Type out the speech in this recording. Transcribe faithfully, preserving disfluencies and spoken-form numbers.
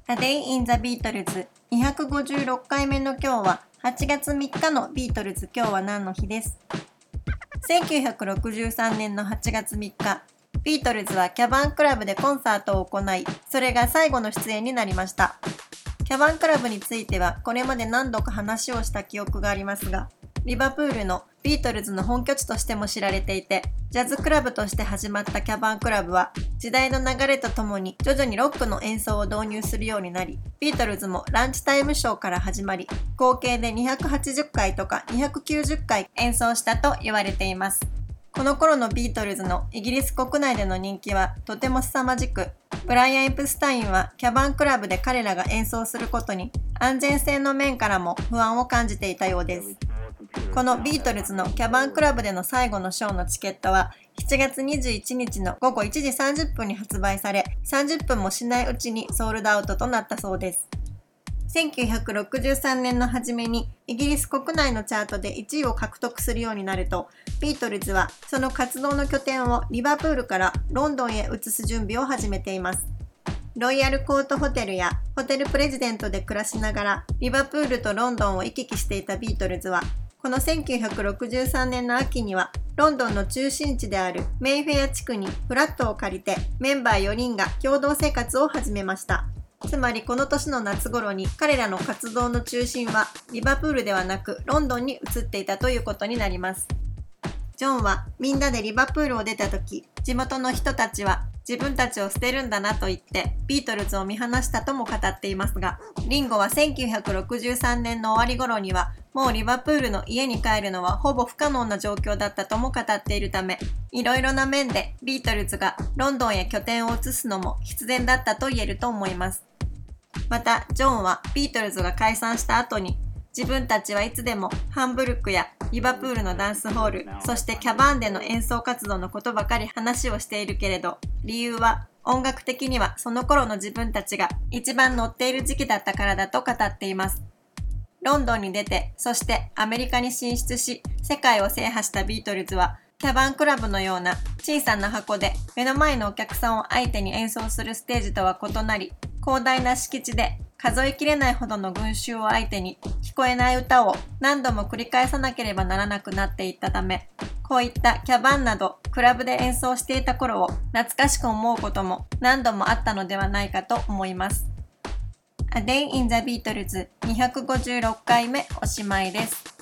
A Day in the Beatles にひゃくごじゅうろっかいめの今日ははちがつみっかのビートルズ今日は何の日です。せんきゅうひゃくろくじゅうさんねんのはちがつみっか、ビートルズはキャバンクラブでコンサートを行い、それが最後の出演になりました。キャバンクラブについてはこれまで何度か話をした記憶がありますが、リバプールのビートルズの本拠地としても知られていて、ジャズクラブとして始まったキャバンクラブは時代の流れとともに徐々にロックの演奏を導入するようになり、ビートルズもランチタイムショーから始まり、合計でにひゃくはちじゅっかいとかにひゃくきゅうじゅっかい演奏したと言われています。この頃のビートルズのイギリス国内での人気はとても凄まじく、ブライアン・エプスタインはキャバンクラブで彼らが演奏することに安全性の面からも不安を感じていたようです。このビートルズのキャバンクラブでの最後のショーのチケットはしちがつにじゅういちにちのごごいちじさんじゅっぷんに発売され、さんじゅっぷんもしないうちにソールドアウトとなったそうです。せんきゅうひゃくろくじゅうさんねんの初めにイギリス国内のチャートでいちいを獲得するようになると、ビートルズはその活動の拠点をリバプールからロンドンへ移す準備を始めています。ロイヤルコートホテルやホテルプレジデントで暮らしながらリバプールとロンドンを行き来していたビートルズは、このせんきゅうひゃくろくじゅうさんねんの秋にはロンドンの中心地であるメイフェア地区にフラットを借りてメンバーよにんが共同生活を始めました。つまりこの年の夏頃に彼らの活動の中心はリバプールではなくロンドンに移っていたということになります。ジョンはみんなでリバプールを出た時、地元の人たちは自分たちを捨てるんだなと言ってビートルズを見放したとも語っていますが、リンゴはせんきゅうひゃくろくじゅうさんねんの終わり頃にはもうリバプールの家に帰るのはほぼ不可能な状況だったとも語っているため、いろいろな面でビートルズがロンドンへ拠点を移すのも必然だったと言えると思います。またジョンはビートルズが解散した後に、自分たちはいつでもハンブルクやリバプールのダンスホール、そしてキャバンでの演奏活動のことばかり話をしているけれど、理由は音楽的にはその頃の自分たちが一番乗っている時期だったからだと語っています。ロンドンに出て、そしてアメリカに進出し、世界を制覇したビートルズは、キャバンクラブのような小さな箱で目の前のお客さんを相手に演奏するステージとは異なり、広大な敷地で数えきれないほどの群衆を相手に聞こえない歌を何度も繰り返さなければならなくなっていったため、こういったキャバンなどクラブで演奏していた頃を懐かしく思うことも何度もあったのではないかと思います。A Day in the Beatles にひゃくごじゅうろっかいめおしまいです。